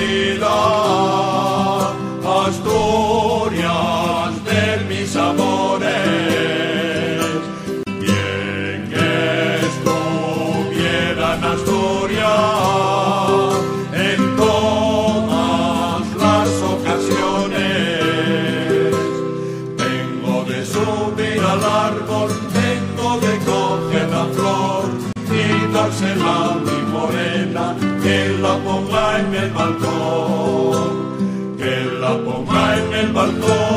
querida Asturias de mis amores. Bien que estuviera en Asturias en todas las ocasiones. Tengo de subir al árbol, tengo de coger la flor y dársela a mi morena, que la ponga en el balcón, que la ponga en el balcón.